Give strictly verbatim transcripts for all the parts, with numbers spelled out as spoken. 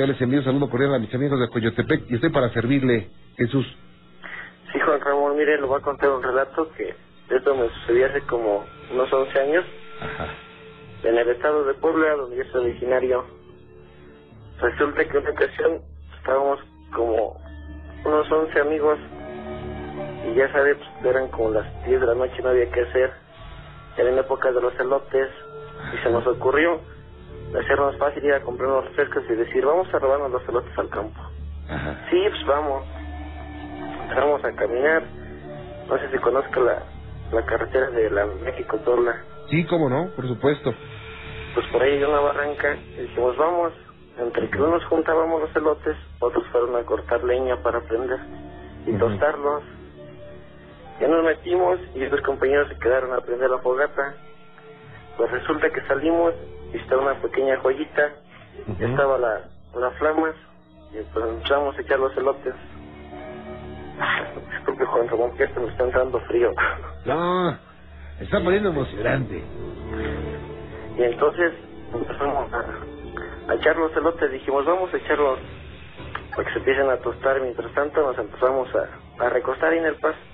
Yo les envío un saludo cordial a mis amigos de Coyotepec y estoy para servirle, Jesús. Sí, Juan Ramón, mire, le voy a contar un relato que esto me sucedió hace como unos once años. Ajá. En el estado de Puebla, donde yo soy originario. Resulta que en una ocasión estábamos como unos once amigos y ya sabes, pues, eran como las diez de la noche, no había que hacer. Era en época de los elotes y se nos ocurrió hacernos fácil ir a comprar unos refrescos y decir, vamos a robarnos los elotes al campo. Ajá. Sí, pues vamos. Vamos a caminar. No sé si conozco la, la carretera de la México-Torla. Sí, cómo no, por supuesto. Pues por ahí hay una barranca y dijimos, vamos. Entre que unos juntábamos los elotes, otros fueron a cortar leña para prender y uh-huh. tostarlos. Ya nos metimos y otros compañeros se quedaron a prender la fogata. Pues resulta que salimos y está una pequeña joyita, uh-huh. ya estaba la, las flamas y pues empezamos a echar los elotes. Disculpe, Juan Ramón, que esto me está entrando frío. No, está poniendo emocionante. Y entonces empezamos a, a echar los elotes, dijimos, vamos a echarlos para que se empiecen a tostar. Mientras tanto nos empezamos a, a recostar en el paso.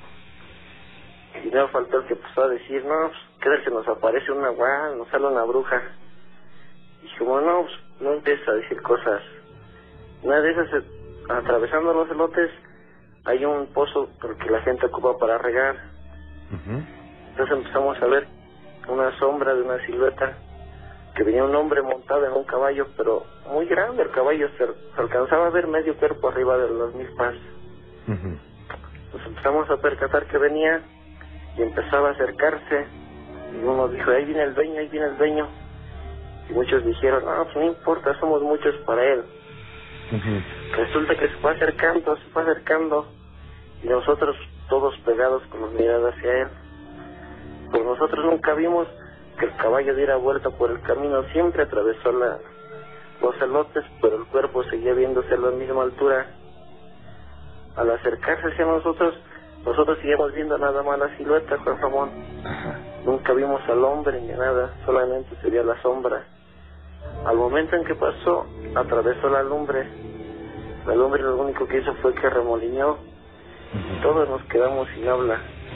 Y no faltó el que empezó a decir, no, pues, ¿qué tal se nos aparece una guay, nos sale una bruja? Y dijimos, no, pues, no empieces a decir cosas. Una de esas, atravesando los elotes, hay un pozo que la gente ocupa para regar. Uh-huh. Entonces empezamos a ver una sombra de una silueta, que venía un hombre montado en un caballo, pero muy grande el caballo, se, se alcanzaba a ver medio cuerpo arriba de las milpas. Uh-huh. Nos empezamos a percatar que venía y empezaba a acercarse, y uno dijo, ahí viene el dueño, ahí viene el dueño, y muchos dijeron, no, pues no importa, somos muchos para él. Uh-huh. Resulta que se fue acercando, se fue acercando, y nosotros todos pegados con las miradas hacia él. Pues nosotros nunca vimos que el caballo diera vuelta por el camino, siempre atravesó la, los elotes, pero el cuerpo seguía viéndose a la misma altura. Al acercarse hacia nosotros, nosotros seguíamos viendo nada más la silueta, Juan Ramón. Ajá. Nunca vimos al hombre ni nada, solamente se veía la sombra. Al momento en que pasó, atravesó la lumbre. La lumbre lo único que hizo fue que remolineó. Uh-huh. Todos nos quedamos sin habla.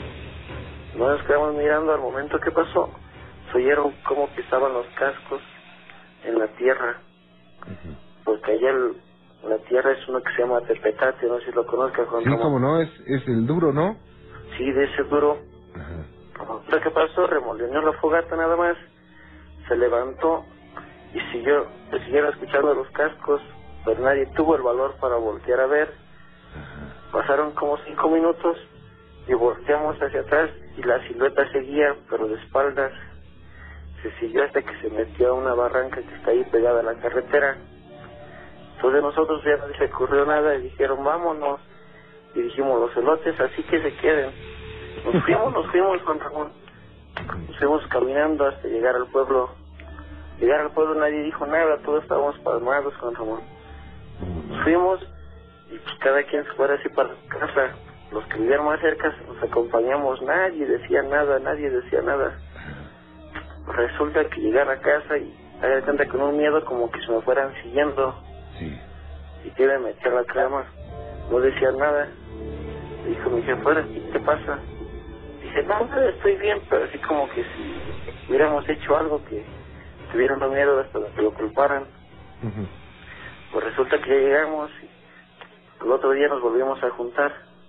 No nos quedamos mirando. Al momento que pasó, se oyeron cómo pisaban los cascos en la tierra. Uh-huh. Porque allá el, la tierra es uno que se llama tepetate, no sé si lo conozcas, Juan. Sí, como no, es, es el duro, ¿no? Sí, de ese duro. Uh-huh. Lo que pasó, remolineó la fogata nada más, se levantó y siguió, pues, siguieron escuchando los cascos, pero nadie tuvo el valor para voltear a ver. Uh-huh. Pasaron como cinco minutos y volteamos hacia atrás y la silueta seguía, pero de espaldas. Se siguió hasta que se metió a una barranca que está ahí pegada a la carretera. Entonces nosotros ya no se ocurrió nada y dijeron, vámonos. Y dijimos, los elotes así que se queden. Nos fuimos, nos fuimos, Juan Ramón. Nos fuimos caminando hasta llegar al pueblo. Llegar al pueblo nadie dijo nada, todos estábamos pasmados, Juan Ramón. Nos fuimos y pues cada quien se fuera así para casa. Los que vivían más cerca nos acompañamos, nadie decía nada, nadie decía nada. Resulta que llegar a casa y haga de cuenta con un miedo como que se me fueran siguiendo. Sí. Y que me metí a la cama, no decía nada. Le dijo mi jefe, fuera, ¿qué pasa? Dije, no, nada, estoy bien, pero así como que si hubiéramos hecho algo que tuvieran miedo hasta que lo culparan. Uh-huh. Pues resulta que ya llegamos y el otro día nos volvimos a juntar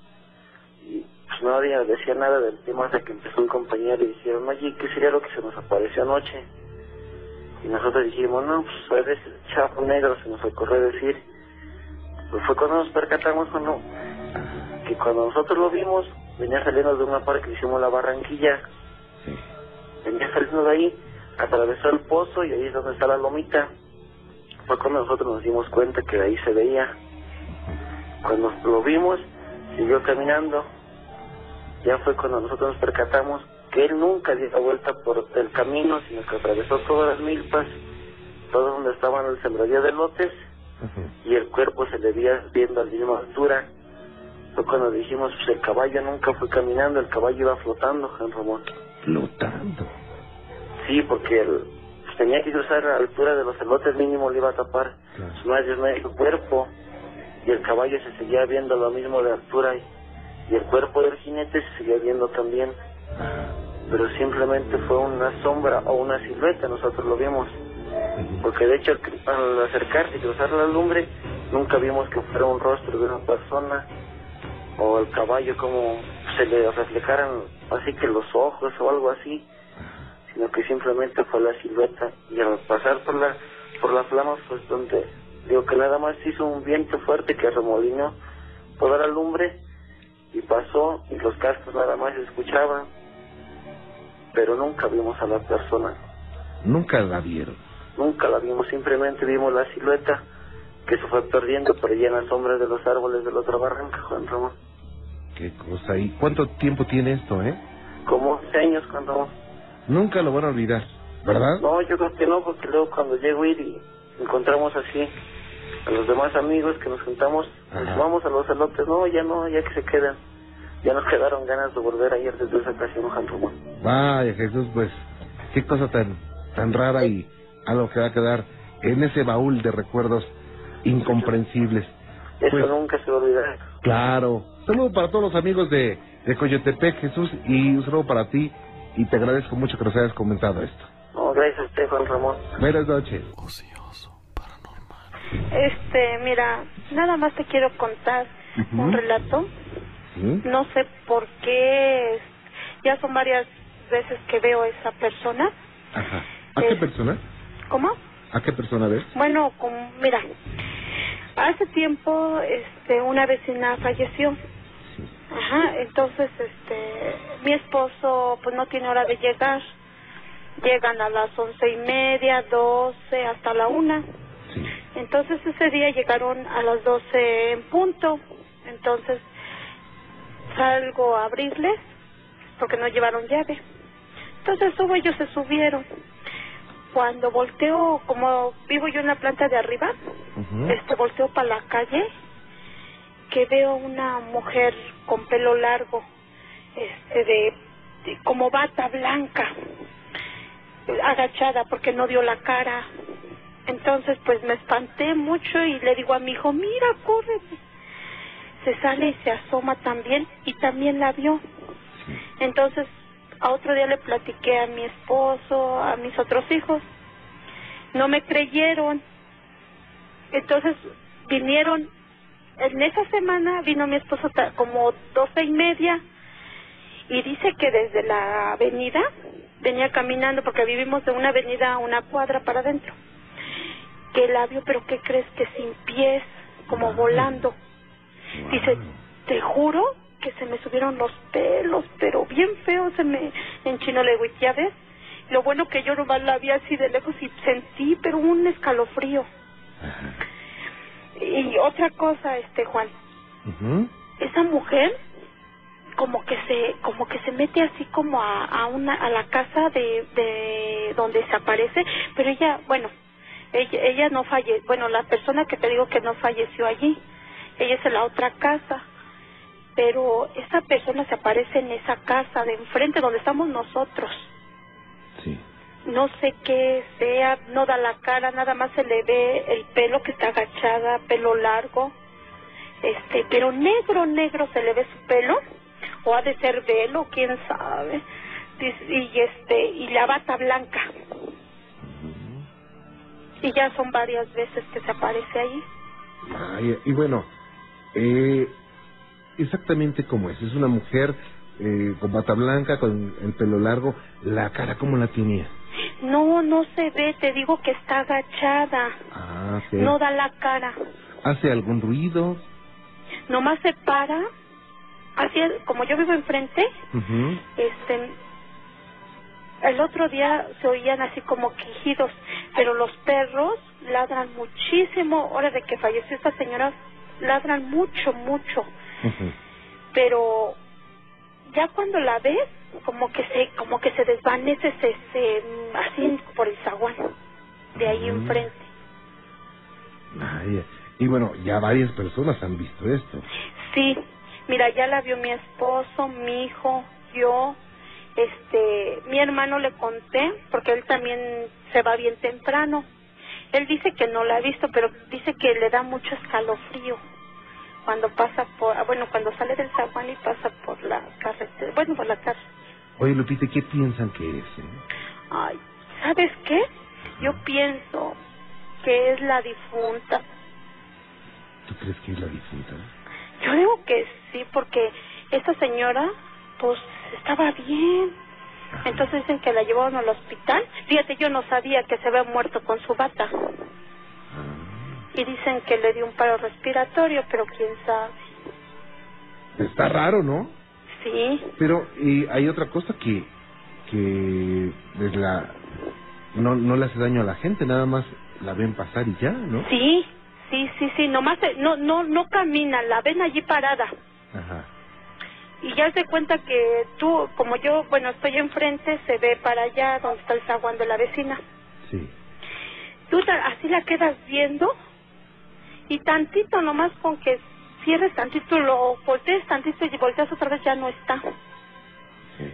y pues nadie decía nada del tema hasta que empezó un compañero y dijeron, oye, ¿qué sería lo que se nos apareció anoche? Y nosotros dijimos, no, pues a veces el chapo negro se nos ocurrió decir. Pues fue cuando nos percatamos, cuando, que cuando nosotros lo vimos, venía saliendo de una parte que hicimos la Barranquilla. Sí. Venía saliendo de ahí, atravesó el pozo y ahí es donde está la lomita. Fue cuando nosotros nos dimos cuenta que de ahí se veía. Cuando lo vimos, siguió caminando. Ya fue cuando nosotros nos percatamos que él nunca dio la vuelta por el camino, sino que atravesó todas las milpas, todo donde estaban el sembradío de lotes, uh-huh. y el cuerpo se le veía viendo a la misma altura. Fue cuando dijimos, pues el caballo nunca fue caminando, el caballo iba flotando, Juan Ramón. ¿Flotando? Sí, porque el, pues tenía que cruzar a la altura de los elotes, mínimo le iba a tapar Claro. más de medio cuerpo, y el caballo se seguía viendo lo mismo de altura, y, y el cuerpo del jinete se seguía viendo también, pero simplemente fue una sombra o una silueta, nosotros lo vimos, porque de hecho al, al acercarse y cruzar la lumbre, nunca vimos que fuera un rostro de una persona, o el caballo como se le reflejaran así que los ojos o algo así, sino que simplemente fue la silueta, y al pasar por la por la flama, pues donde digo que nada más hizo un viento fuerte que remolinó toda la lumbre y pasó, y los cascos nada más se escuchaban, pero nunca vimos a la persona. Nunca la vieron. Nunca la vimos, simplemente vimos la silueta que se fue perdiendo por allá en las sombras de los árboles de la otra barranca, Juan Ramón. Qué cosa. ¿Y cuánto tiempo tiene esto, eh? Como once años, Juan Ramón. Nunca lo van a olvidar, ¿verdad? No, yo creo que no, porque luego cuando llego a ir y encontramos así a los demás amigos que nos juntamos, pues vamos a los elotes, no, ya no, ya que se quedan. Ya nos quedaron ganas de volver ayer desde esa ocasión, Juan Ramón. Vaya, Jesús, pues, qué cosa tan tan rara, y algo que va a quedar en ese baúl de recuerdos incomprensibles. Eso Pues, nunca se va a olvidar. claro. Saludo para todos los amigos de, de Coyotepec, Jesús, y un saludo para ti, y te agradezco mucho que nos hayas comentado esto. No, gracias a usted, Juan Ramón. Buenas noches. Este, mira, nada más te quiero contar Ujú. un relato. ¿Sí? No sé por qué, ya son varias veces que veo a esa persona. Ajá. ¿A qué Es- persona? ¿Cómo? ¿A qué persona ves? Bueno, como, mira, hace tiempo, este, una vecina falleció. Ajá, entonces, este, mi esposo, pues no tiene hora de llegar. Llegan a las once y media, doce, hasta la una. Sí. Entonces ese día llegaron a las doce en punto. Entonces salgo a abrirles porque no llevaron llave. Entonces subo, ellos se subieron. Cuando volteo, como vivo yo en la planta de arriba, Ujú. este volteo para la calle, que veo una mujer con pelo largo, este de, de como bata blanca, agachada porque no dio la cara. Entonces pues me espanté mucho y le digo a mi hijo, mira, corre. Se sale y se asoma también, y también la vio. Entonces a otro día le platiqué a mi esposo, a mis otros hijos. No me creyeron. Entonces vinieron, en esa semana vino mi esposo ta- como doce y media, y dice que desde la avenida venía caminando, porque vivimos de una avenida a una cuadra para adentro, que la vio, pero ¿qué crees? Que sin pies, como volando. Dice, te juro que se me subieron los pelos, pero bien feo, se me enchinó. Le digo, ¿ya ves? Lo bueno que yo nomás la vi así de lejos y sentí, pero un escalofrío. Y otra cosa, este Juan, Ujú. esa mujer como que se como que se mete así como a, a una a la casa de, de donde se aparece, pero ella, bueno, ella, ella no falle, bueno, la persona que te digo que no falleció allí, ella es en la otra casa, pero esa persona se aparece en esa casa de enfrente donde estamos nosotros. Sí. No sé qué sea, no da la cara, nada más se le ve el pelo, que está agachada, pelo largo, este, pero negro, negro se le ve su pelo, o ha de ser velo, quién sabe, y, y este, y la bata blanca. Y ya son varias veces que se aparece ahí. Ay, y bueno, eh, exactamente como es. Es una mujer eh, con bata blanca, con el pelo largo. La cara, ¿cómo la tenía? No, no se ve, te digo que está agachada, Ah, ok. no da la cara, ¿Hace algún ruido? nomás se para, así es, como yo vivo enfrente, Ujú. este, el otro día se oían así como quejidos, pero los perros ladran muchísimo. Ahora de que falleció esta señora, ladran mucho, mucho, Ujú. pero ya cuando la ves, como que se como que se desvanece, se, se así por el zaguán de ahí Ujú. enfrente. Ay, y bueno, ya varias personas han visto esto. Sí, mira, ya la vio mi esposo, mi hijo, yo, Este, mi hermano le conté, porque él también se va bien temprano. Él dice que no la ha visto, pero dice que le da mucho escalofrío cuando pasa por, bueno, cuando sale del zaguán y pasa por la carretera, bueno, por la casa. Oye, Lupita, ¿qué piensan que es? Eh? Ay, ¿sabes qué? Yo pienso que es la difunta. ¿Tú crees que es la difunta? Yo digo que sí, porque esta señora, pues, estaba bien. Ajá. Entonces dicen que la llevaron al hospital. Fíjate, yo no sabía que se había muerto con su bata. Ah. Y dicen que le dio un paro respiratorio, pero quién sabe. Está raro, ¿no? Sí. Pero y hay otra cosa que que es la no no le hace daño a la gente, nada más la ven pasar y ya, ¿no? Sí, sí, sí, sí, nomás se- no no no camina, la ven allí parada. Ajá. Y ya se cuenta que tú, como yo, bueno, estoy enfrente, se ve para allá donde está el zaguán de la vecina. Sí. Tú ta- así la quedas viendo y tantito nomás con que cierres tantito, lo voltees tantito y volteas otra vez, ya no está. Sí.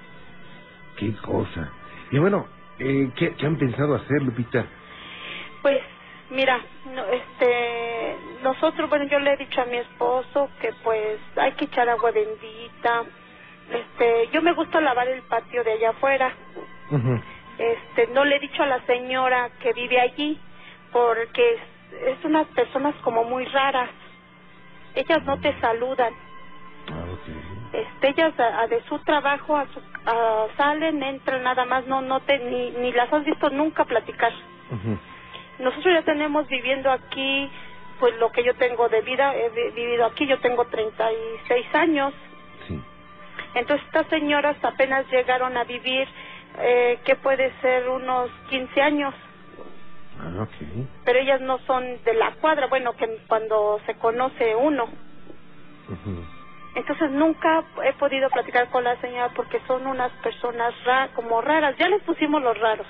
Qué cosa. Y bueno, eh, ¿qué, ¿qué han pensado hacer, Lupita? Pues, mira, no, este, nosotros, bueno, yo le he dicho a mi esposo que pues hay que echar agua bendita. Este, yo me gusta lavar el patio de allá afuera. Uh-huh. Este, no le he dicho a la señora que vive allí porque es, es unas personas como muy raras. Ellas no te saludan. Ah, ok. Este, ellas a, a de su trabajo a su, a, salen, entran, nada más, no no te ni ni las has visto nunca platicar. Uh-huh. Nosotros ya tenemos viviendo aquí, pues lo que yo tengo de vida, he vi- vivido aquí, yo tengo treinta y seis años. Sí. Entonces estas señoras apenas llegaron a vivir, eh, que puede ser unos quince años. Ah, ok. Pero ellas no son de la cuadra, bueno, que cuando se conoce uno. Uh-huh. Entonces nunca he podido platicar con la señora porque son unas personas ra como raras. Ya les pusimos los raros.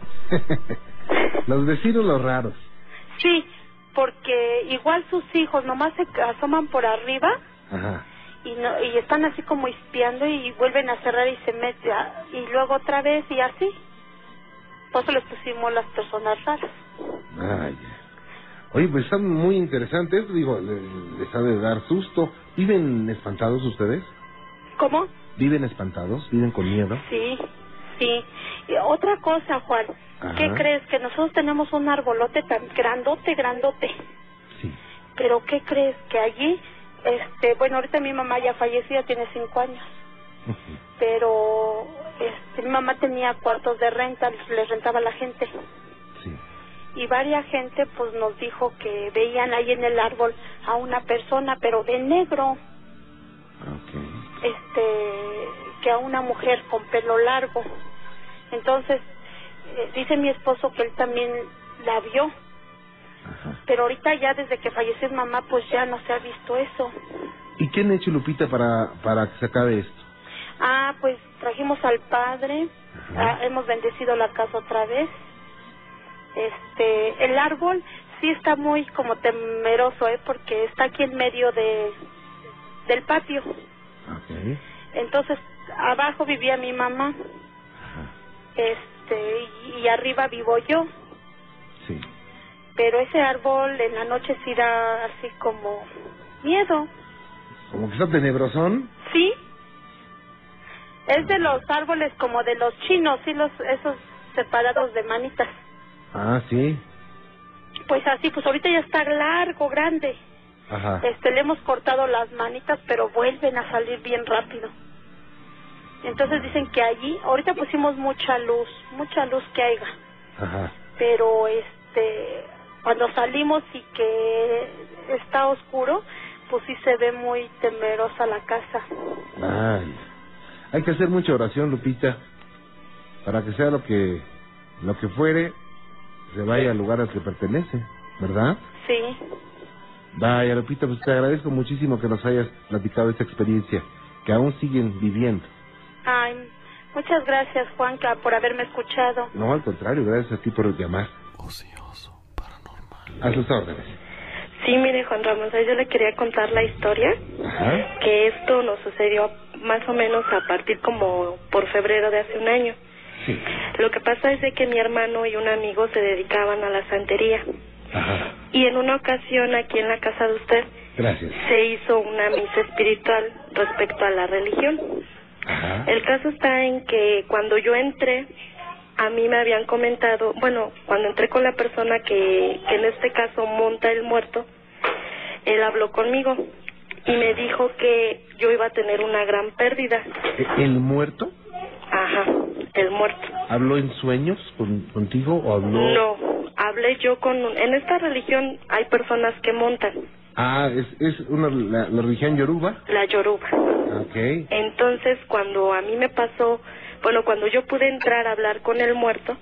Los vecinos los raros. Sí, porque igual sus hijos nomás se asoman por arriba. Ajá. y no y están así como espiando y vuelven a cerrar y se meten y luego otra vez y así. Por eso les pusimos las personas raras. Ay. Oye, pues están muy interesantes, digo, les, les ha de dar susto. ¿Viven espantados ustedes? ¿Cómo? ¿Viven espantados? ¿Viven con miedo? Sí, sí. Y otra cosa, Juan, Ajá. ¿qué crees? Que nosotros tenemos un arbolote tan grandote, grandote. Sí. Pero ¿qué crees? Que allí, este, bueno, ahorita mi mamá ya falleció, ya tiene cinco años. Uh-huh. Pero este, mi mamá tenía cuartos de renta, les rentaba a la gente. Sí. Y varias gente pues nos dijo que veían ahí en el árbol a una persona, pero de negro. Ok. Este, que a una mujer con pelo largo. Entonces, eh, dice mi esposo que él también la vio. Ajá. Pero ahorita ya desde que falleció mi mamá, pues ya no se ha visto eso. ¿Y qué han hecho, Lupita, para, para que se acabe esto? Ah, pues trajimos al padre, Ajá. ah, hemos bendecido la casa otra vez. Este, el árbol sí está muy como temeroso, ¿eh? Porque está aquí en medio de del patio. Ok. Entonces, abajo vivía mi mamá. Ajá. Este, y, y arriba vivo yo. Sí. Pero ese árbol en la noche sí da así como miedo. Como que está tenebrosón. ¿Sí? Es de los árboles como de los chinos, sí, los esos separados de manitas. Ah, sí. Pues así, pues ahorita ya está largo, grande. Ajá. Este, le hemos cortado las manitas, pero vuelven a salir bien rápido. Entonces dicen que allí, ahorita pusimos mucha luz, mucha luz que haya. Ajá. Pero este, cuando salimos y que está oscuro, pues sí se ve muy temerosa la casa. Ay. Hay que hacer mucha oración, Lupita, para que sea lo que lo que fuere, se vaya al lugar al que pertenece, ¿verdad? Sí. Vaya, Lupita, pues te agradezco muchísimo que nos hayas platicado esta experiencia, que aún siguen viviendo. Ay, muchas gracias, Juanca, por haberme escuchado. No, al contrario, gracias a ti por llamar. Ocioso, paranormal. A sus órdenes. Sí, mire, Juan Ramón, yo le quería contar la historia. Ajá. Que esto nos sucedió más o menos a partir como por febrero de hace un año. Sí. Lo que pasa es de que mi hermano y un amigo se dedicaban a la santería. Ajá. Y en una ocasión aquí en la casa de usted Gracias. se hizo una misa espiritual respecto a la religión. Ajá. El caso está en que cuando yo entré, a mí me habían comentado, bueno, cuando entré con la persona que, que en este caso monta el muerto, él habló conmigo y me dijo que yo iba a tener una gran pérdida. ¿El muerto? Ajá, el muerto. ¿Habló en sueños con, contigo o habló...? No, hablé yo con... un- En esta religión hay personas que montan. Ah, es, es una, la, la religión yoruba. La yoruba. Ok. Entonces, cuando a mí me pasó, bueno, cuando yo pude entrar a hablar con el muerto,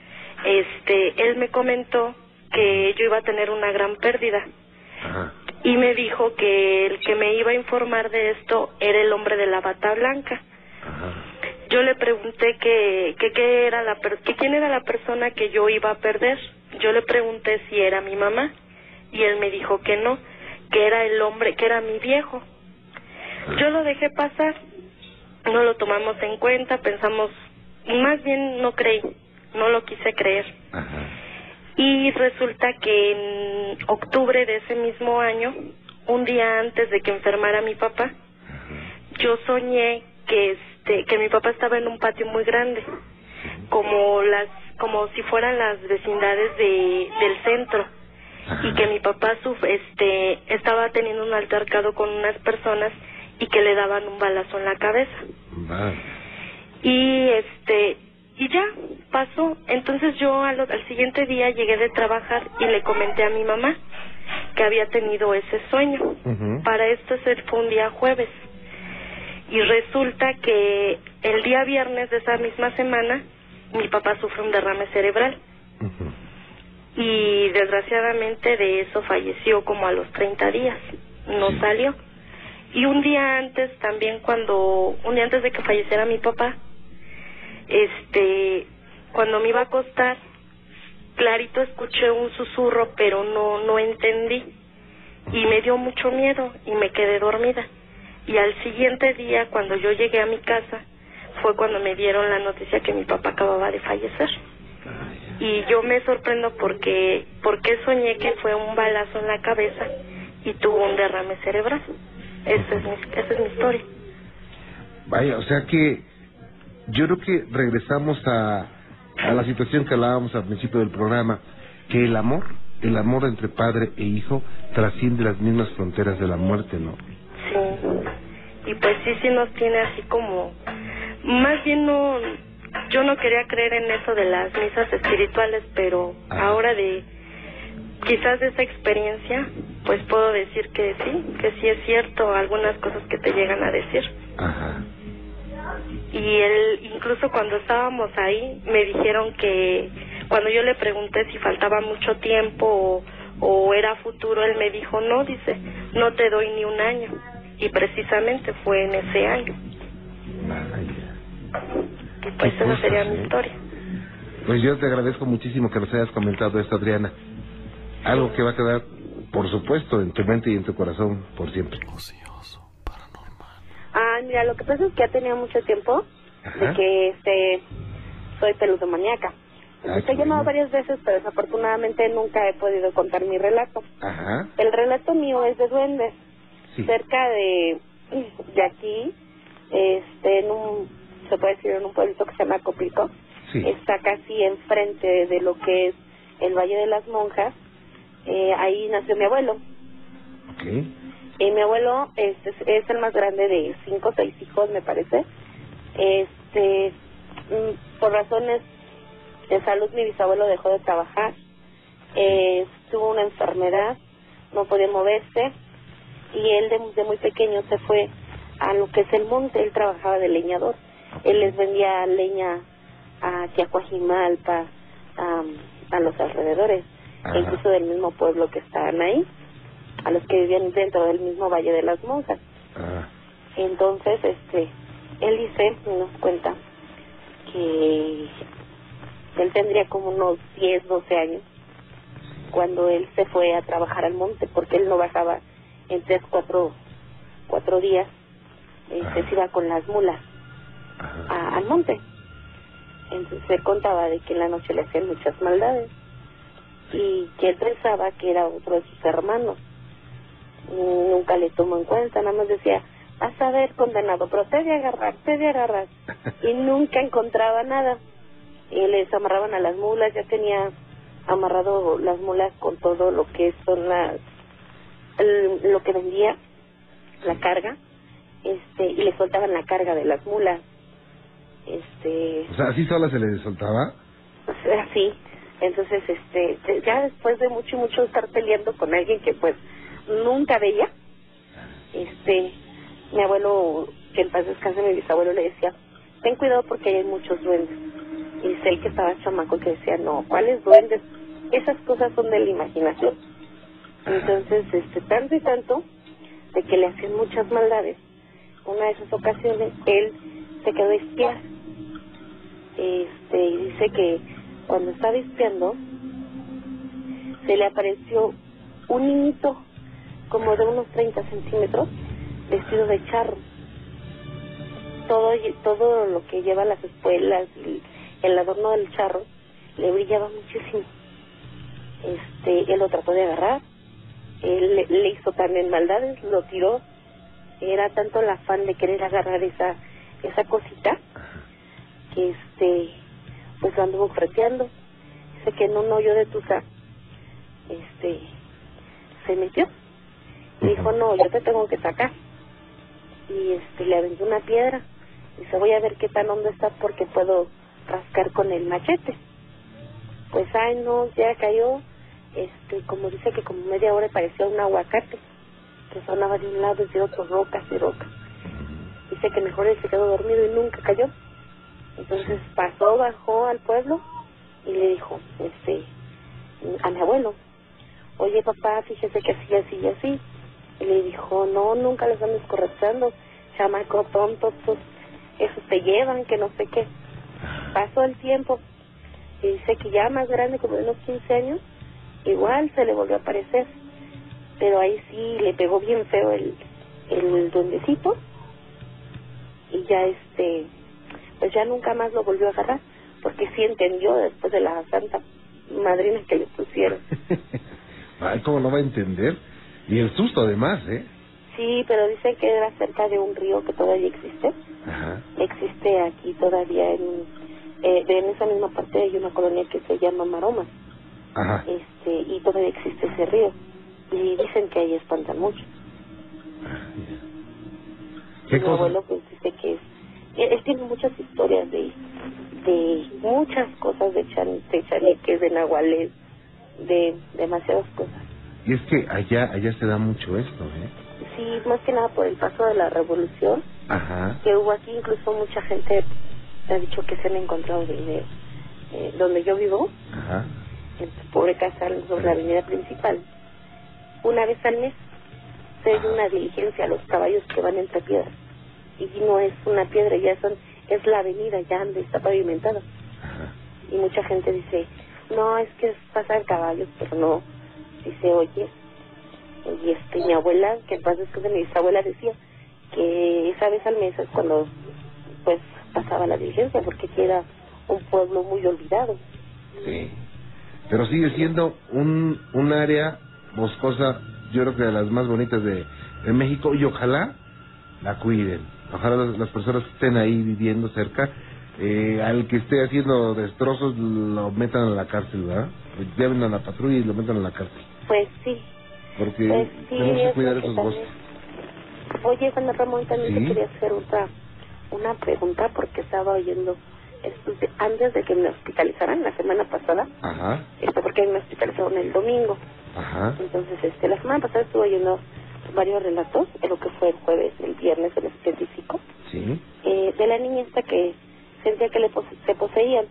este, él me comentó que yo iba a tener una gran pérdida. Ajá. Y me dijo que el que me iba a informar de esto era el hombre de la bata blanca. Ajá. Yo le pregunté que, que, que era la per- que quién era la persona que yo iba a perder. Yo le pregunté si era mi mamá y él me dijo que no, que era el hombre, que era mi viejo. Yo lo dejé pasar, no lo tomamos en cuenta, pensamos, más bien no creí, no lo quise creer. Ajá. Y resulta que en octubre de ese mismo año, un día antes de que enfermara mi papá, yo soñé que este que mi papá estaba en un patio muy grande, como las como si fueran las vecindades de del centro, y que mi papá su, este estaba teniendo un altercado con unas personas y que le daban un balazo en la cabeza. Vale. Y este y ya pasó. Entonces yo al, al siguiente día llegué de trabajar y le comenté a mi mamá que había tenido ese sueño. Uh-huh. Para esto se fue un día jueves. Y resulta que el día viernes de esa misma semana mi papá sufre un derrame cerebral. Uh-huh. Y desgraciadamente de eso falleció como a los treinta días. No Sí. salió. Y un día antes también, cuando un día antes de que falleciera mi papá, este, cuando me iba a acostar, clarito escuché un susurro, pero no no entendí y me dio mucho miedo y me quedé dormida. Y al siguiente día, cuando yo llegué a mi casa, fue cuando me dieron la noticia que mi papá acababa de fallecer. Y yo me sorprendo porque porque soñé que fue un balazo en la cabeza y tuvo un derrame cerebral. Esa es mi, esa es mi historia. Vaya, o sea que yo creo que regresamos a, a la situación que hablábamos al principio del programa, que el amor, el amor entre padre e hijo trasciende las mismas fronteras de la muerte, ¿no? Sí, y pues sí, sí nos tiene así como, más bien no, yo no quería creer en eso de las misas espirituales, pero Ajá. ahora de, quizás de esa experiencia, pues puedo decir que sí, que sí es cierto algunas cosas que te llegan a decir. Ajá. Y él, incluso cuando estábamos ahí, me dijeron que cuando yo le pregunté si faltaba mucho tiempo o, o era futuro, él me dijo, no, dice, no te doy ni un año. Y precisamente fue en ese año. Vaya. Y pues Qué esa cosas, sería ¿eh? mi historia. Pues yo te agradezco muchísimo que nos hayas comentado esto, Adriana. Algo que va a quedar, por supuesto, en tu mente y en tu corazón por siempre. Ocioso, paranormal. Ah, mira, lo que pasa es que ha tenido mucho tiempo Ajá. de que este soy peludomaníaca. Ah, Te he qué llamado bueno. varias veces, pero desafortunadamente nunca he podido contar mi relato. Ajá. El relato mío es de duendes. Sí. Cerca de, de aquí, este, en un, se puede decir, en un pueblito que se llama Coplico. Sí. Está casi enfrente de lo que es el Valle de las Monjas. Eh, ahí nació mi abuelo. Ok. Y mi abuelo es, es, es el más grande de cinco o seis hijos, me parece. Este, mm, por razones de salud, mi bisabuelo dejó de trabajar. Eh, tuvo una enfermedad, no podía moverse. Y él de, de muy pequeño se fue a lo que es el monte. Él trabajaba de leñador. Él les vendía leña hacia Coajimalpa, a, a los alrededores, Ajá. incluso del mismo pueblo que estaban ahí, a los que vivían dentro del mismo Valle de las Monjas. Ah. Entonces, este, él dice, nos cuenta, que él tendría como unos diez, doce años cuando él se fue a trabajar al monte, porque él no bajaba en tres, cuatro, cuatro días este, se iba con las mulas a, al monte. Entonces él contaba de que en la noche le hacían muchas maldades y que él pensaba que era otro de sus hermanos. Nunca le tomó en cuenta, nada más decía, vas a ver, condenado, pero te de agarrar, te de agarrar. Y nunca encontraba nada. Y les amarraban a las mulas, ya tenía amarrado las mulas con todo lo que son las, el, lo que vendía, la carga, este, y le soltaban la carga de las mulas. Este, o sea, ¿así sola se le soltaba? Así. Entonces, este, ya después de mucho y mucho estar peleando con alguien que pues nunca veía, este, mi abuelo, que en paz descanse, mi bisabuelo le decía, ten cuidado porque hay muchos duendes. Y dice él que estaba chamaco que decía, no, ¿cuáles duendes? Esas cosas son de la imaginación. Entonces, este, tanto y tanto de que le hacían muchas maldades. Una de esas ocasiones él se quedó a espiar, este, y dice que cuando estaba espiando se le apareció un niñito como de unos treinta centímetros vestido de charro. Todo todo lo que lleva las espuelas y el adorno del charro le brillaba muchísimo. Este, él lo trató de agarrar, él le, le hizo también maldades, lo tiró. Era tanto el afán de querer agarrar esa esa cosita que este pues lo anduvo freteando. Dice que en un hoyo de tusa este se metió y dijo, no, yo te tengo que sacar. Y este le aventó una piedra. Dice, voy a ver qué tan hondo está porque puedo rascar con el machete. Pues ay no, ya cayó, este como dice que como media hora parecía un aguacate que sonaba de un lado y de otro, rocas y rocas. Dice que mejor él se quedó dormido y nunca cayó. Entonces pasó, bajó al pueblo y le dijo este a mi abuelo, oye papá, fíjese que así, así y así. Y le dijo, no, nunca los andes correteando, chamaco tonto, pues, esos te llevan, que no sé qué. Pasó el tiempo y dice que ya más grande, como de unos quince años, igual se le volvió a aparecer, pero ahí sí le pegó bien feo el, el duendecito y ya este pues ya nunca más lo volvió a agarrar porque sí entendió después de la santa madrina que le pusieron. Ay, ¿cómo no va a entender? Y el susto además, ¿eh? Sí, pero dicen que era cerca de un río que todavía existe. Ajá. Existe aquí todavía en eh, en esa misma parte hay una colonia que se llama Maroma. Ajá. Este, y todavía existe ese río. Y dicen que ahí espantan mucho. ¿Qué Mi cosa? abuelo pues dice que es, él, él tiene muchas historias de de muchas cosas de, chan, de chaneques, de nahuales, de demasiadas cosas. Y es que allá allá se da mucho esto, ¿eh? Sí, más que nada por el paso de la revolución. Ajá. Que hubo aquí, incluso mucha gente ha dicho que se han encontrado dinero. Eh, donde yo vivo, ajá, en tu pobre casa sobre la avenida principal, una vez al mes se hace una diligencia a los caballos que van entre piedras. Y no es una piedra, ya son es la avenida, ya donde está pavimentada. Ajá. Y mucha gente dice, no, es que pasan caballos, pero no. Dice, oye, y este mi abuela, que en paz descanse, mi bisabuela decía que esa vez al mes es cuando pues pasaba la diligencia, porque aquí era un pueblo muy olvidado. Sí, pero sigue siendo un un área boscosa, yo creo que de las más bonitas de, de México, y ojalá la cuiden, ojalá las, las personas que estén ahí viviendo cerca, eh, al que esté haciendo destrozos lo metan a la cárcel, ¿verdad? Lleven a la patrulla y lo metan a la cárcel. Pues sí. Porque pues sí, tenemos que cuidar esos bosques. Oye, Juan Ramón, también ¿Sí? te quería hacer otra una pregunta porque estaba oyendo esto de, antes de que me hospitalizaran la semana pasada. Ajá. Esto porque me hospitalizaron el domingo. Ajá. Entonces, este, la semana pasada estuve oyendo varios relatos, de lo que fue el jueves, el viernes en específico. Sí. Eh, de la niña esta que sentía que le pose, se poseían.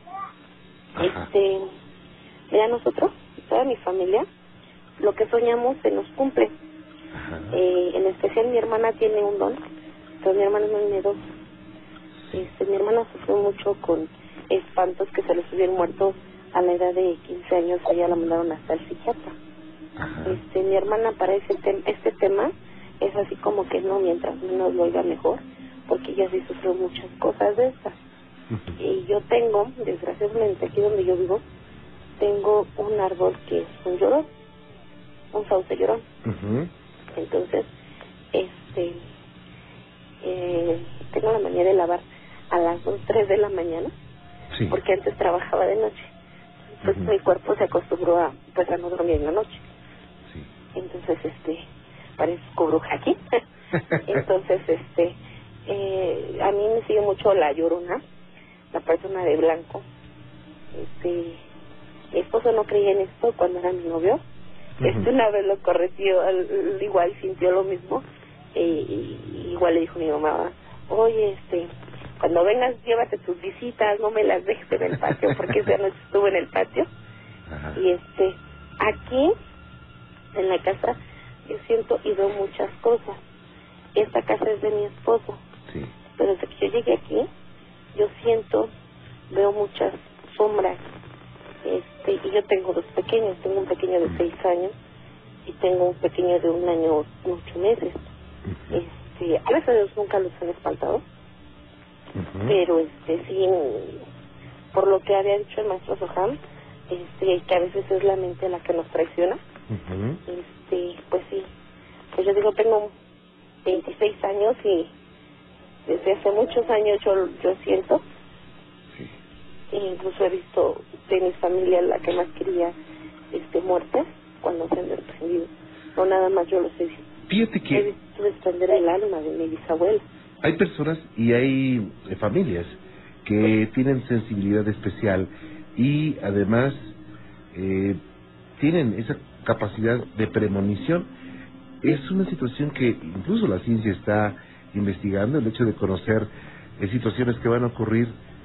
Ajá. Este, mira, nosotros, toda mi familia, lo que soñamos se nos cumple. Eh, en especial mi hermana tiene un don, pero mi hermana no tiene dos. Este, mi hermana sufrió mucho con espantos que se le subieron muertos a la edad de quince años, ella la mandaron hasta el psiquiatra. Ajá. Este, mi hermana para ese te este tema es así como que no, mientras menos lo oiga mejor, porque ella sí sufrió muchas cosas de estas. Uh-huh. Y yo tengo, desgraciadamente, aquí donde yo vivo, tengo un árbol que es un llorón, un sauce llorón. Uh-huh. Entonces, este, eh, tengo la manera de lavar a las dos, tres de la mañana, sí, porque antes trabajaba de noche. Pues uh-huh. mi cuerpo se acostumbró a, pues, a no dormir en la noche. Sí. Entonces, este, parezco bruja aquí. Entonces, este, eh, a mí me sigue mucho la Llorona, la persona de blanco. Este, mi esposo no creía en esto cuando era mi novio. Uh-huh. Este, una vez lo corrigió, igual sintió lo mismo. E, y, igual le dijo a mi mamá, oye, este, cuando vengas llévate tus visitas, no me las dejes en el patio, porque esa noche estuve en el patio. Ajá. Y este, aquí, en la casa, yo siento y veo muchas cosas. Esta casa es de mi esposo. Sí. Pero desde que yo llegué aquí, yo siento, veo muchas sombras. Este, y yo tengo dos pequeños, tengo un pequeño de seis años y tengo un pequeño de un año ocho meses. Uh-huh. Este, a veces ellos nunca los han espantado. Uh-huh. Pero este sí, por lo que había dicho el maestro Soham, este, que a veces es la mente la que nos traiciona. Uh-huh. Este, pues sí, pues yo digo, tengo veintiséis años y desde hace muchos años yo, yo siento, sí, e incluso he visto de mi familia la que más quería este muertes cuando se han desprendido. No nada más yo los he visto. Fíjate que he visto desprender el alma de mi bisabuela. Hay personas y hay eh, familias que tienen sensibilidad especial y además eh, tienen esa capacidad de premonición. Es una situación que incluso la ciencia está investigando, el hecho de conocer eh, situaciones que van a ocurrir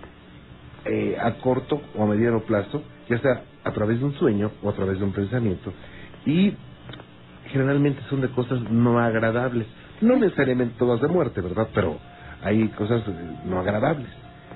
eh, a corto o a mediano plazo, ya sea a través de un sueño o a través de un pensamiento, y generalmente son de cosas no agradables. No necesariamente todas de muerte, ¿verdad? Pero hay cosas no agradables.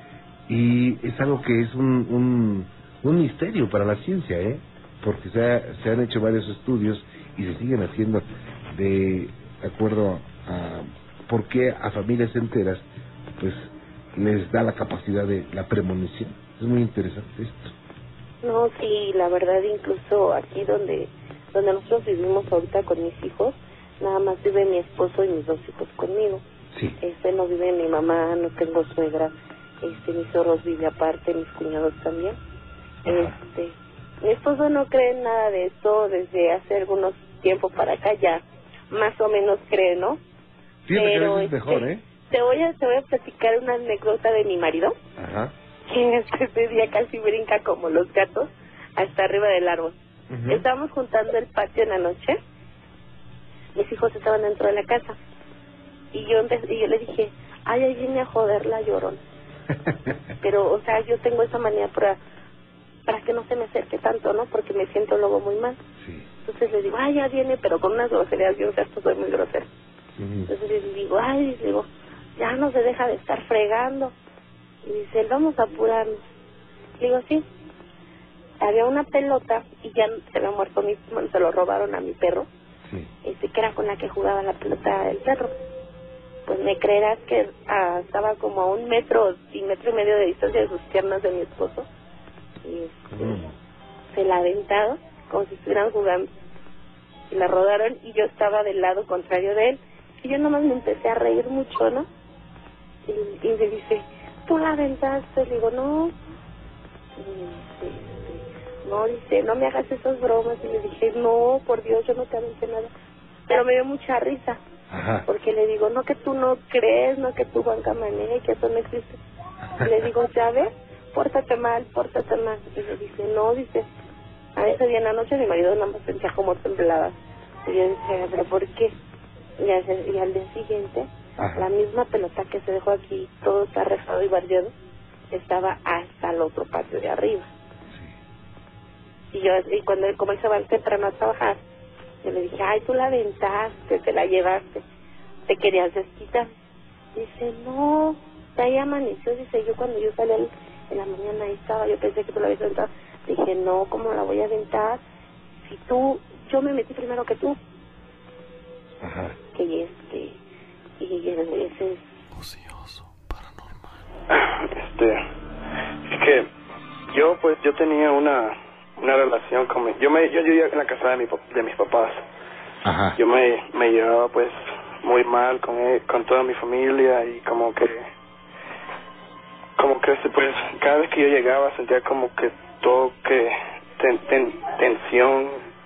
Y es algo que es un, un, un misterio para la ciencia, ¿eh? Porque se, ha, se han hecho varios estudios y se siguen haciendo de acuerdo a por qué a familias enteras pues les da la capacidad de la premonición. Es muy interesante esto. No, sí, la verdad, incluso aquí donde, donde nosotros vivimos ahorita con mis hijos, nada más vive mi esposo y mis dos hijos conmigo. Sí. Este, no vive mi mamá, no tengo suegra, este, mis zorros vive aparte, mis cuñados también. Ajá. Este, mi esposo no cree en nada de esto desde hace algunos tiempos para acá, ya más o menos cree, ¿no? Fíjate Pero que a veces es mejor, ¿eh? Te voy a, te voy a platicar una anécdota de mi marido. Ajá. Que este día casi brinca como los gatos hasta arriba del árbol. Uh-huh. Estábamos juntando el patio en la noche. Mis hijos estaban dentro de la casa y yo empecé, y yo le dije, ay, ahí viene a joder la Llorona. Pero, o sea, yo tengo esa manía para para que no se me acerque tanto, ¿no? Porque me siento luego muy mal. Sí. Entonces le digo, ay, ya viene, pero con unas groserías, yo, o sea, esto soy muy grosera. Uh-huh. Entonces le digo, ay, le digo, ya no se deja de estar fregando. Y dice, vamos a apurarnos. Le digo, sí. Había una pelota y ya se había muerto mi, bueno, se lo robaron a mi perro. Sí. Este, que era con la que jugaba la pelota el perro. Pues me creerás que ah, estaba como a un metro y metro y medio de distancia de sus piernas de mi esposo. Y este, mm. se la aventaron como si estuvieran jugando. Y la rodaron y yo estaba del lado contrario de él. Y yo nomás me empecé a reír mucho, ¿no? Y, y me dice, ¿tú la aventaste? Le digo, no. Y dice, no, dice, no me hagas esas bromas. Y le dije, no, por Dios, yo no te aventé nada. Pero me dio mucha risa. Ajá. Porque le digo, no que tú no crees, no que tú banca manera, que eso no existe. Y le digo, ya ves, pórtate mal, pórtate mal. Y le dice, no, dice, a ese día en la noche mi marido nada más sentía como temblaba. Y yo decía, ¿pero por qué? Y al, y al día siguiente, ajá, la misma pelota que se dejó aquí, todo está rezado y bardeado, estaba hasta el otro patio de arriba. Sí. Y yo, y cuando él, como él se va temprano a trabajar, yo le dije, ay, tú la aventaste, te la llevaste, te querías desquitar. Dice, no, ya ahí amaneció. Dice, yo cuando yo salí en la mañana ahí estaba, yo pensé que tú la habías aventado. Dije, no, ¿cómo la voy a aventar? Si tú, yo me metí primero que tú. Ajá. Que y este y ese es ocioso paranormal. Este, es que yo pues yo tenía una una relación con mi, yo me yo vivía en la casa de mi de mis papás. Ajá. Yo me me llevaba pues muy mal con él, con toda mi familia, y como que como que pues cada vez que yo llegaba sentía como que todo que ten, ten, tensión,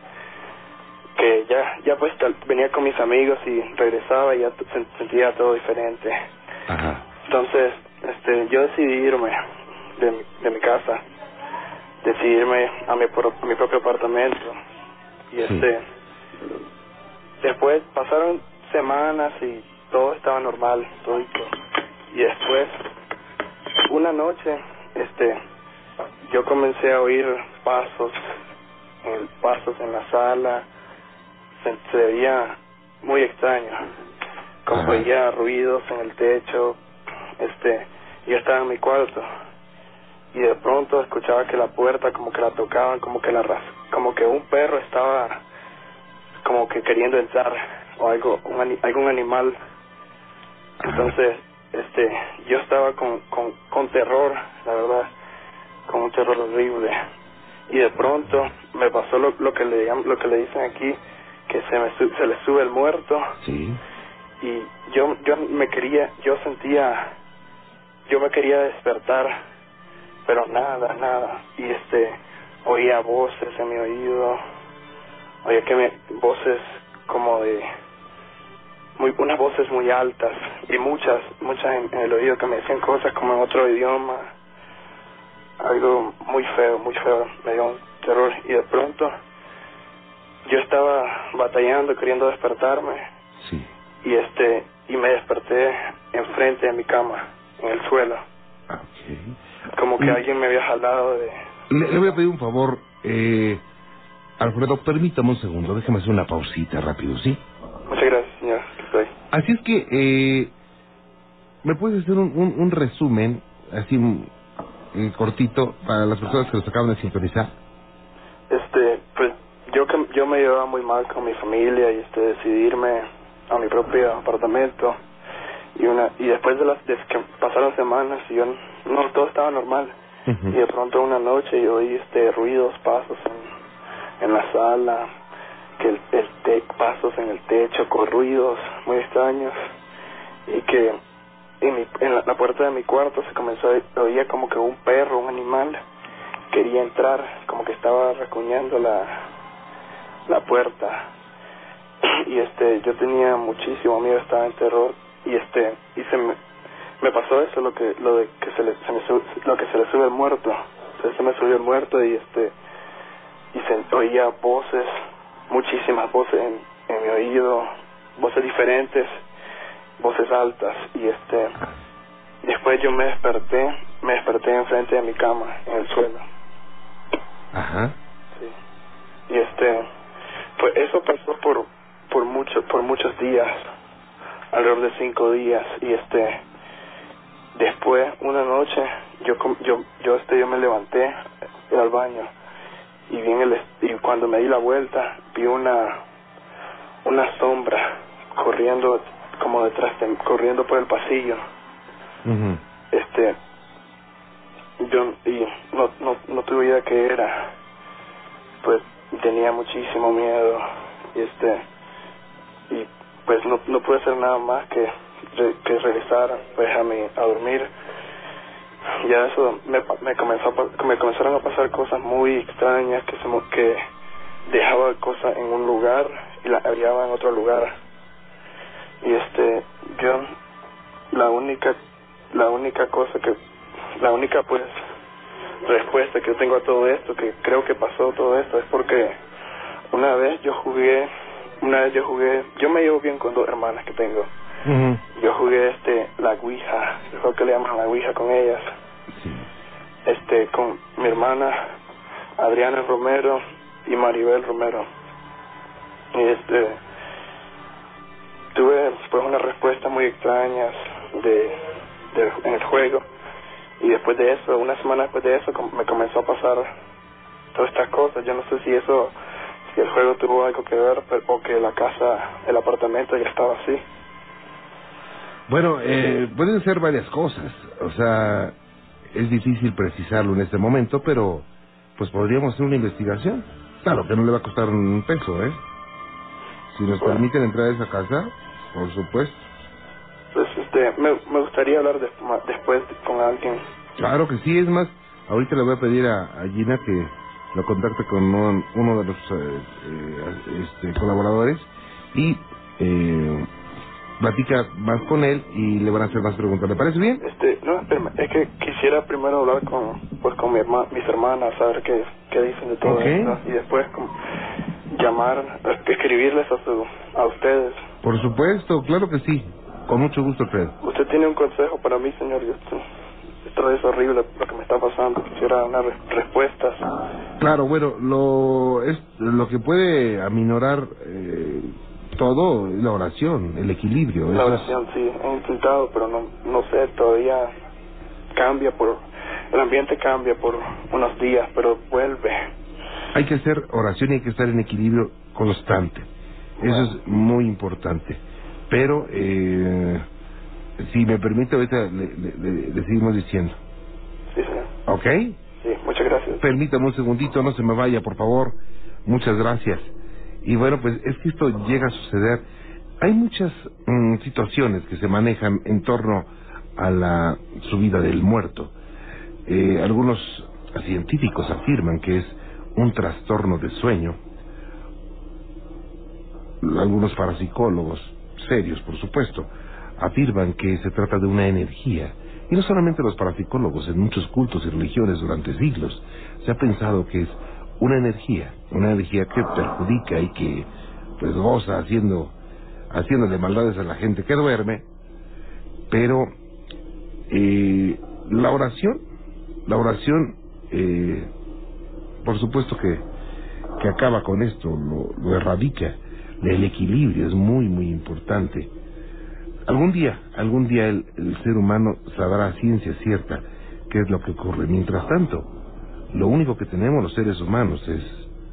que ya ya pues tal, venía con mis amigos y regresaba y ya t- sentía todo diferente. Ajá. Entonces este yo decidí irme de mi, de mi casa, decidí irme a mi, pro, a mi propio apartamento, y este sí. Después pasaron semanas y todo estaba normal, todo, y después una noche este yo comencé a oír pasos en, pasos en la sala. Se, se veía muy extraño, como oía ruidos en el techo. Este yo estaba en mi cuarto y de pronto escuchaba que la puerta como que la tocaban, como que la ras como que un perro estaba como que queriendo entrar, o algo, un, algún animal. Entonces este yo estaba con, con con terror, la verdad, con un terror horrible, y de pronto me pasó lo, lo que le lo que le dicen aquí, que se me su, se le sube el muerto. Sí. Y yo yo me quería yo sentía yo me quería despertar, pero nada nada y este oía voces en mi oído, oía que me voces como de muy unas voces muy altas, y muchas muchas en, en el oído, que me decían cosas como en otro idioma, algo muy feo, muy feo, me dio un terror. Y de pronto yo estaba batallando, queriendo despertarme. Sí. Y este y me desperté enfrente de mi cama, en el suelo. Okay. Como que y... alguien me había jalado de... Le, le voy a pedir un favor, eh, Alfredo, permítame un segundo, déjame hacer una pausita rápido, ¿sí? Muchas gracias, señor. Estoy. Así es que, eh, ¿me puedes hacer un, un, un resumen, así eh, cortito, para las personas que nos acaban de sintonizar? Este, pues, yo que yo me llevaba muy mal con mi familia, y este decidí irme a mi propio apartamento, y una y después de las de que pasaron semanas y yo no todo estaba normal. Uh-huh. Y de pronto una noche yo oí este ruidos, pasos en, en la sala, que el, el te, pasos en el techo, con ruidos muy extraños, y que en, mi, en la, la puerta de mi cuarto se comenzó a oía como que un perro, un animal quería entrar, como que estaba rasguñando la la puerta. Y este yo tenía muchísimo miedo, estaba en terror, y este y se me me pasó eso, lo que lo de que se le se me sube, lo que se le sube el muerto. Entonces se me subió el muerto, y este y se oía voces, muchísimas voces en, en mi oído, voces diferentes, voces altas, y este después yo me desperté, me desperté enfrente de mi cama, en el suelo. Ajá. Sí. Y este pues eso pasó por por mucho por muchos días, alrededor de cinco días, y este después una noche yo yo yo este yo me levanté, fui al baño, y vi en el y cuando me di la vuelta vi una una sombra corriendo como detrás de, corriendo por el pasillo. Uh-huh. Este yo y no no no tuve idea qué era, pues tenía muchísimo miedo, y este y pues no no pude hacer nada más que re, que regresar pues a mi a dormir. Ya eso me me comenzó a, me comenzaron a pasar cosas muy extrañas, que se que dejaba cosas en un lugar y las hallaba en otro lugar. Y este yo la única la única cosa que la única pues respuesta que yo tengo a todo esto, que creo que pasó todo esto, es porque una vez yo jugué una vez yo jugué yo me llevo bien con dos hermanas que tengo. Uh-huh. Yo jugué este la ouija, el juego que le llaman la ouija, con ellas. Sí. Este con mi hermana Adriana Romero y Maribel Romero, y este tuve pues unas respuestas muy extrañas de, de en el juego, y después de eso, una semana después de eso, me comenzó a pasar todas estas cosas. Yo no sé si eso si el fuego tuvo algo que ver o que la casa, el apartamento ya estaba así. Bueno, eh, pueden ser varias cosas. O sea, es difícil precisarlo en este momento, pero pues podríamos hacer una investigación. Claro que no le va a costar un peso, ¿eh? Si nos Bueno. permiten entrar a esa casa, por supuesto. Pues este, me, me gustaría hablar de, después con alguien. Claro que sí, es más, ahorita le voy a pedir a, a Gina que lo contacte con uno, uno de los eh, eh, este, colaboradores y eh, platica más con él y le van a hacer más preguntas. ¿Le parece bien? Este, no, espérame, es que quisiera primero hablar con, pues, con mi herma, mis hermanas, saber qué, qué dicen de todo Okay. esto, y después con, llamar, escribirles a, su, a ustedes. Por supuesto, claro que sí. Con mucho gusto, Fred. Usted tiene un consejo para mí, señor. Yo, esto es horrible lo que me está pasando. Quisiera unas re- respuestas. Claro, bueno, lo es lo que puede aminorar eh, todo es la oración, el equilibrio. La Eso es- oración, sí, he intentado, pero no, no sé, todavía cambia por... El ambiente cambia por unos días, pero vuelve. Hay que hacer oración y hay que estar en equilibrio constante. Eso Bueno. es muy importante. Pero, eh, si me permite, ahorita le, le- le- le seguimos diciendo. Sí, señor. ¿Ok? Sí, muchas gracias. Permítame un segundito, no se me vaya, por favor. Muchas gracias. Y bueno, pues es que esto llega a suceder. Hay muchas mm, situaciones que se manejan en torno a la subida del muerto. Eh, algunos científicos afirman que es un trastorno de sueño. Algunos parapsicólogos, serios por supuesto, afirman que se trata de una energía. Y no solamente los parapsicólogos, en muchos cultos y religiones durante siglos se ha pensado que es una energía, una energía que perjudica y que pues goza haciendo, haciéndole maldades a la gente que duerme. Pero eh, la oración, la oración, eh, por supuesto que, que acaba con esto, lo, lo erradica. El equilibrio es muy, muy importante. Algún día, algún día el, el ser humano sabrá a ciencia cierta qué es lo que ocurre. Mientras tanto, lo único que tenemos los seres humanos es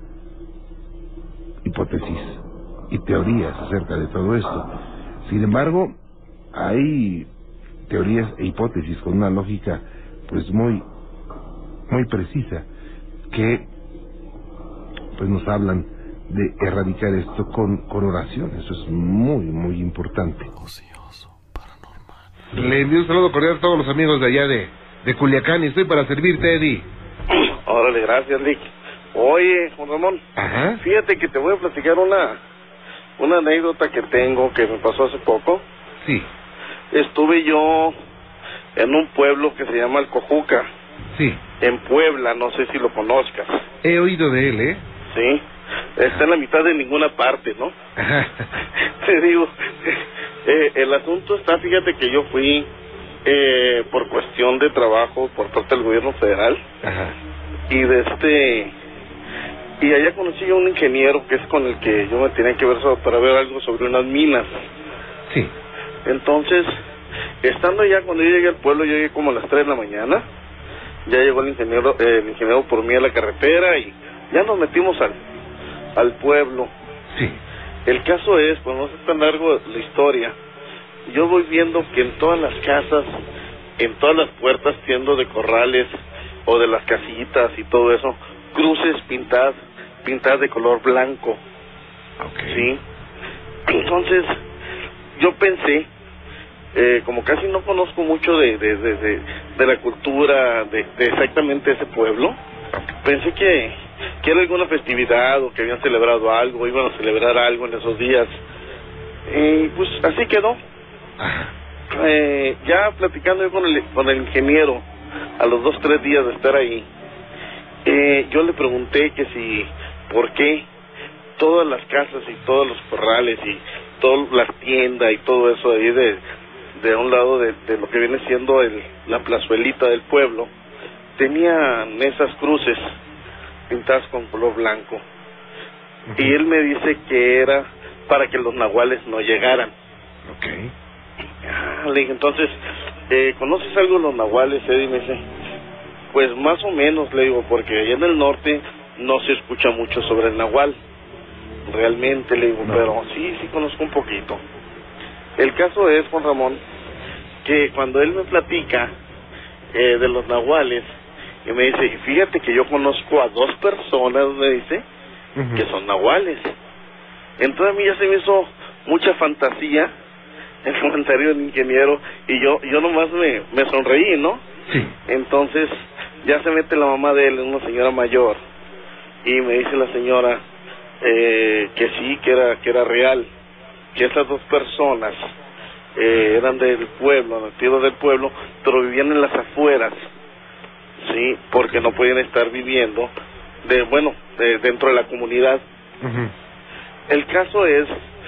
hipótesis y teorías acerca de todo esto. Sin embargo, hay teorías e hipótesis con una lógica pues muy, muy precisa que pues nos hablan de erradicar esto con, con oración. Eso es muy, muy importante. Ocioso, paranormal. Le envío un saludo cordial a todos los amigos de allá de, de Culiacán y estoy para servirte, Eddie. Órale, gracias, Lick. Oye, Juan Ramón, Ajá. fíjate que te voy a platicar una, una anécdota que tengo que me pasó hace poco. Sí, Estuve yo en un pueblo que se llama Alcojuca, sí. en Puebla, no sé si lo conozcas. He oído de él, ¿eh? Sí, está en la mitad de ninguna parte, ¿no? Ajá. Te digo, eh, el asunto está, fíjate que yo fui eh, por cuestión de trabajo por parte del gobierno federal. Ajá. Y de este y allá conocí a un ingeniero que es con el que yo me tenía que ver so- para ver algo sobre unas minas. Sí. Entonces, estando allá, cuando yo llegué al pueblo, yo llegué como a las tres de la mañana. Ya llegó el ingeniero eh, el ingeniero por mí a la carretera y ya nos metimos al al pueblo. Sí. El caso es, pues no es tan largo la historia, yo voy viendo que en todas las casas, en todas las puertas, tiendo de corrales o de las casitas y todo eso, cruces pintadas, pintadas de color blanco. Okay. ¿Sí? Entonces, yo pensé, eh, como casi no conozco mucho de, de, de, de, de la cultura de, de exactamente ese pueblo, pensé que, que era alguna festividad o que habían celebrado algo, iban a celebrar algo en esos días. Y pues así quedó. Eh, ya platicando yo con el, con el ingeniero, a los dos, tres días de estar ahí, eh, yo le pregunté que si, ¿por qué todas las casas y todos los corrales y todas las tiendas y todo eso ahí de, de un lado de, de lo que viene siendo el, la plazuelita del pueblo, tenían esas cruces pintadas con color blanco? Uh-huh. Y él me dice que era para que los nahuales no llegaran. Okay. Ah, le dije, entonces, eh, ¿conoces algo de los nahuales, Eddie? Me dice, pues más o menos, le digo, porque allá en el norte no se escucha mucho sobre el nahual. realmente, le digo, no. pero sí, sí conozco un poquito. El caso es, Juan Ramón, que cuando él me platica eh, de los nahuales, y me dice, fíjate que yo conozco a dos personas, me dice, uh-huh. que son nahuales. Entonces a mí ya se me hizo mucha fantasía el comentario del ingeniero, y yo yo nomás me, me sonreí, ¿no? Sí. Entonces ya se mete la mamá de él, una señora mayor, y me dice la señora eh, que sí, que era que era real, que esas dos personas eh, eran del pueblo, nativos del pueblo, pero vivían en las afueras, sí, porque no podían estar viviendo de bueno de, dentro de la comunidad. Uh-huh. El caso es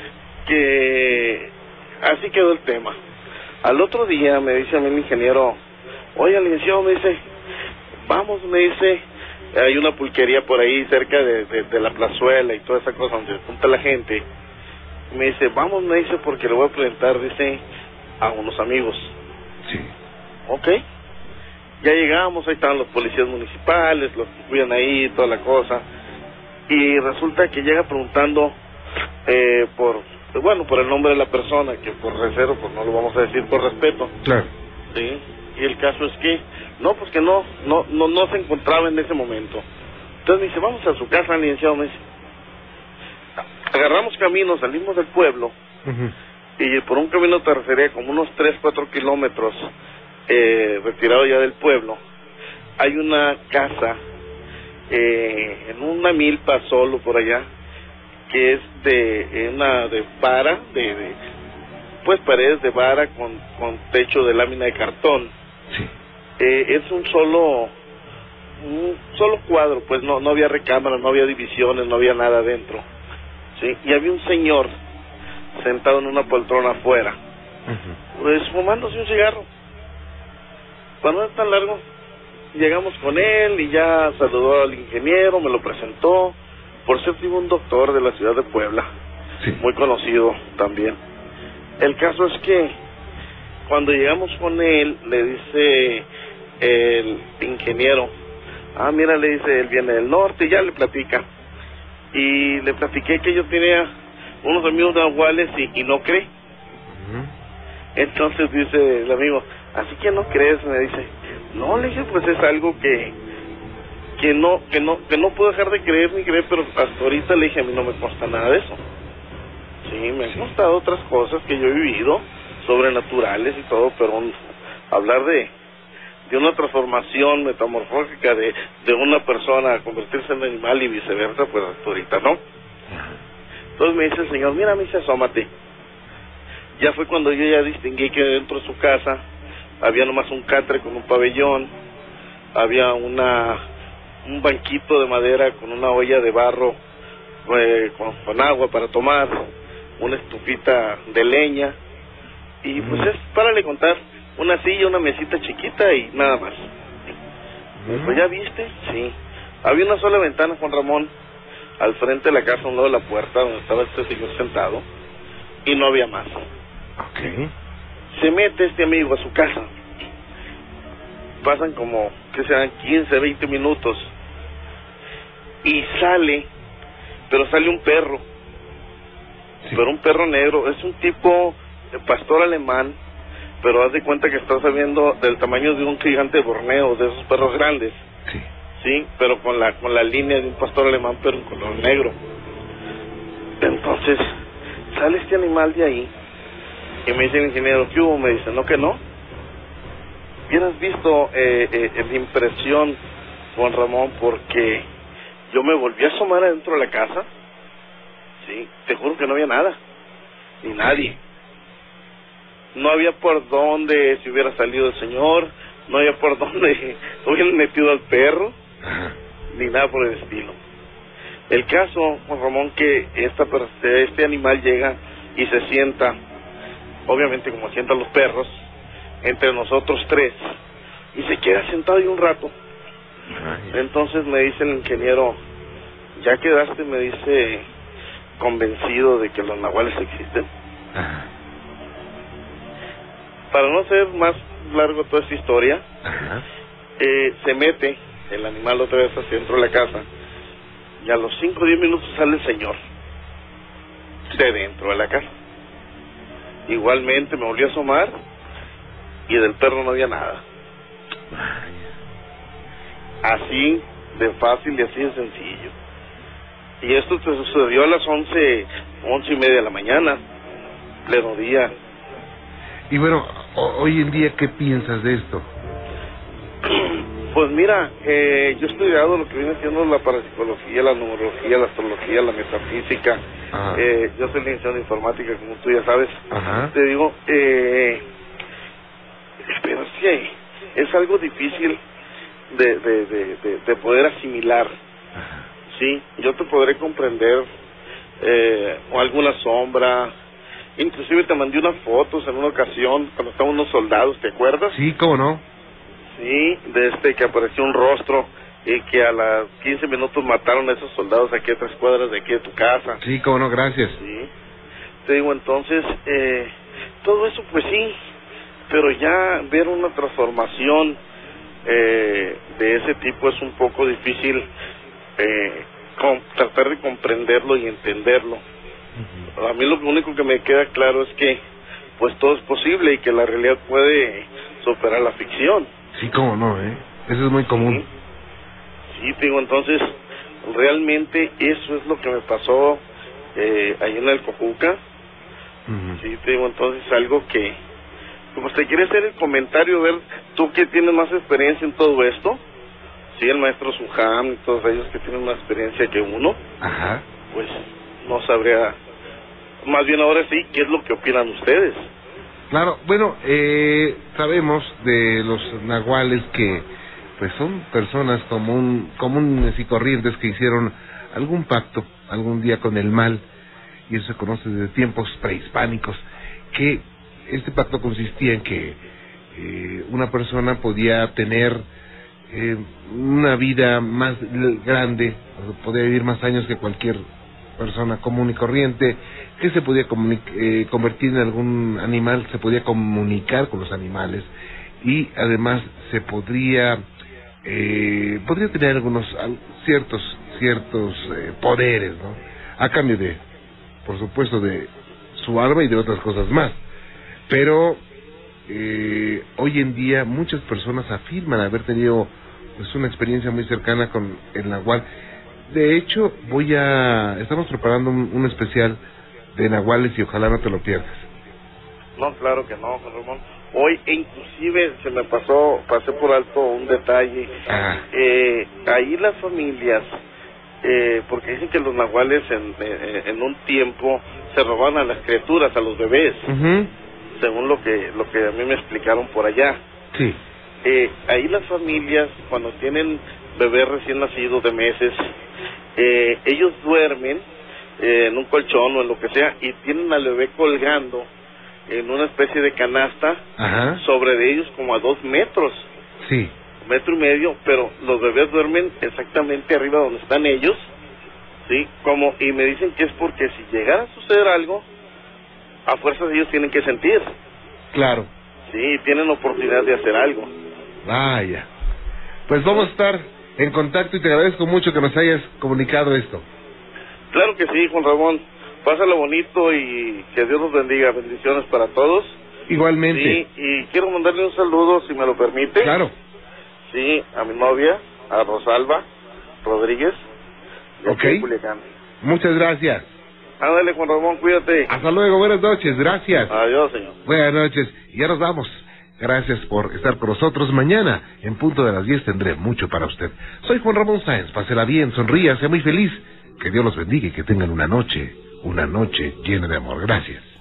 que así quedó el tema. Al otro día me dice a mí el ingeniero, oye, licenciado, me dice, vamos, me dice, hay una pulquería por ahí cerca de, de, de la plazuela y toda esa cosa donde se junta la gente. Me dice, vamos, me dice, porque le voy a presentar, dice, a unos amigos. Sí. Ok. Ya llegamos, ahí estaban los policías municipales, los que cuidan ahí, toda la cosa. Y resulta que llega preguntando eh, por, bueno, por el nombre de la persona, que por reserva, pues no lo vamos a decir por respeto. Claro. Sí. Y el caso es que, no, pues que no, no, no, no se encontraba en ese momento. Entonces me dice, vamos a su casa, licenciado, me dice. Agarramos camino, salimos del pueblo, uh-huh. y por un camino tercería, como unos tres, cuatro kilómetros, eh, retirado ya del pueblo, hay una casa, eh, en una milpa solo por allá, que es de una de vara, de, de pues paredes de vara con, con techo de lámina de cartón. Sí. Eh, es un solo, un solo cuadro, pues no, no había recámara, no había divisiones, no había nada adentro. Sí, y había un señor sentado en una poltrona afuera, uh-huh. pues fumándose un cigarro. Cuando no es tan largo, llegamos con él y ya saludó al ingeniero, me lo presentó, por ser un doctor de la ciudad de Puebla, sí. muy conocido también. El caso es que cuando llegamos con él, le dice el ingeniero, ah, mira, le dice, él viene del norte, y ya le platica. Y le platiqué que yo tenía unos amigos nahuales y, y no cree. Uh-huh. Entonces dice el amigo, así que no crees, me dice. No, le dije, pues es algo que que no que no que no puedo dejar de creer ni creer, pero hasta ahorita le dije, a mí no me consta nada de eso. Sí, me han constado otras cosas que yo he vivido, sobrenaturales y todo, pero un, hablar de de una transformación metamorfógica de, de una persona a convertirse en animal y viceversa, pues hasta ahorita no. Entonces me dice el señor, mira, me dice, asómate. Ya fue cuando yo ya distinguí que dentro de su casa había nomás un catre con un pabellón, había una un banquito de madera con una olla de barro eh, con, con agua para tomar, una estufita de leña, y pues es, párale contar, una silla, una mesita chiquita y nada más. Uh-huh. Pues ya viste, sí. Había una sola ventana, Juan Ramón, al frente de la casa, a un lado de la puerta, donde estaba este señor sentado, y no había más. Okay. Se mete este amigo a su casa. Pasan como, que sean quince, veinte minutos, y sale, pero sale un perro, sí. pero un perro negro, es un tipo de pastor alemán, pero haz de cuenta que está saliendo del tamaño de un gigante de Borneo, de esos perros grandes, sí, sí, pero con la con la línea de un pastor alemán, pero en color negro. Entonces sale este animal de ahí y me dice el ingeniero, ¿qué hubo? Me dice, no, que no. Hubieras visto eh, eh, mi impresión, Juan Ramón, porque yo me volví a asomar adentro de la casa, sí, te juro que no había nada, ni nadie. No había por dónde se hubiera salido el señor, no había por dónde hubieran metido al perro, ni nada por el estilo. El caso, Juan Ramón, que esta este animal llega y se sienta, obviamente como sientan los perros, entre nosotros tres, y se queda sentado ahí un rato. Entonces me dice el ingeniero, ¿ya quedaste, me dice, convencido de que los nahuales existen? Ajá. Para no hacer más largo toda esta historia, eh, se mete el animal otra vez hacia dentro de la casa, y a los cinco o diez minutos sale el señor, de dentro de la casa. Igualmente me volví a asomar y del perro no había nada. Así de fácil y así de sencillo. Y esto te sucedió a las once, once y media de la mañana, pleno día. Y bueno, hoy en día, ¿qué piensas de esto? Pues mira, eh, yo he estudiado lo que viene siendo la parapsicología, la numerología, la astrología, la metafísica. Eh, yo soy licenciado en informática, como tú ya sabes. Ajá. Te digo, eh, pero sí, es algo difícil de, de, de, de, de poder asimilar. Ajá. Sí, yo te podré comprender eh, o alguna sombra. Inclusive te mandé unas fotos en una ocasión cuando estaban unos soldados, ¿te acuerdas? Sí, ¿cómo no? Sí, de este que apareció un rostro y que a las quince minutos mataron a esos soldados aquí a tres cuadras de aquí de tu casa. Sí, cómo no, gracias. Sí, te digo, entonces, eh, todo eso pues sí, pero ya ver una transformación eh, de ese tipo es un poco difícil, eh, con, tratar de comprenderlo y entenderlo. Uh-huh. A mí lo único que me queda claro es que pues todo es posible y que la realidad puede superar la ficción. Sí, cómo no, ¿eh? Eso es muy común. Sí, sí, te digo, entonces, realmente eso es lo que me pasó eh, ahí en el Cojuca. Uh-huh. Sí, te digo, entonces, algo que, pues te quiere hacer el comentario, ver, tú que tienes más experiencia en todo esto, sí, el maestro Sujam y todos ellos que tienen más experiencia que uno. Ajá. Pues, no sabría, más bien ahora sí, ¿qué es lo que opinan ustedes? Claro, bueno, eh, sabemos de los nahuales que pues son personas común, comunes y corrientes que hicieron algún pacto algún día con el mal, y eso se conoce desde tiempos prehispánicos, que este pacto consistía en que eh, una persona podía tener eh, una vida más grande, podía vivir más años que cualquier persona común y corriente, que se podía eh, convertir en algún animal, se podía comunicar con los animales, y además se podría eh, podría tener algunos ciertos ciertos eh, poderes, ¿no? A cambio de, por supuesto, de su alma y de otras cosas más. Pero eh, hoy en día muchas personas afirman haber tenido pues una experiencia muy cercana con el nahual. De hecho, voy a... estamos preparando un, un especial de nahuales y ojalá no te lo pierdas. No, claro que no, Juan Ramón. Hoy, e inclusive, se me pasó, pasé por alto un detalle. Ah. Eh, ahí las familias, eh, porque dicen que los nahuales en, en, en un tiempo se roban a las criaturas, a los bebés, uh-huh. según lo que, lo que a mí me explicaron por allá. Sí. Eh, ahí las familias, cuando tienen bebés recién nacidos de meses, eh, ellos duermen eh, en un colchón o en lo que sea y tienen al bebé colgando en una especie de canasta. Ajá. Sobre de ellos como a dos metros, sí, metro y medio, pero los bebés duermen exactamente arriba donde están ellos, sí, como, y me dicen que es porque si llegara a suceder algo, a fuerzas ellos tienen que sentir. Claro. Sí, tienen oportunidad de hacer algo. Vaya, pues vamos a estar en contacto y te agradezco mucho que nos hayas comunicado esto. Claro que sí, Juan Ramón. Pásalo bonito y que Dios los bendiga. Bendiciones para todos. Igualmente. Sí, y quiero mandarle un saludo, si me lo permite. Claro. Sí, a mi novia, a Rosalba Rodríguez. Ok. Muchas gracias. Ándale, Juan Ramón, cuídate. Hasta luego, buenas noches, gracias. Adiós, señor. Buenas noches, y ya nos vamos. Gracias por estar con nosotros. Mañana, en punto de las diez, tendré mucho para usted. Soy Juan Ramón Sáenz. Pásela bien, sonría, sea muy feliz. Que Dios los bendiga y que tengan una noche, una noche llena de amor. Gracias.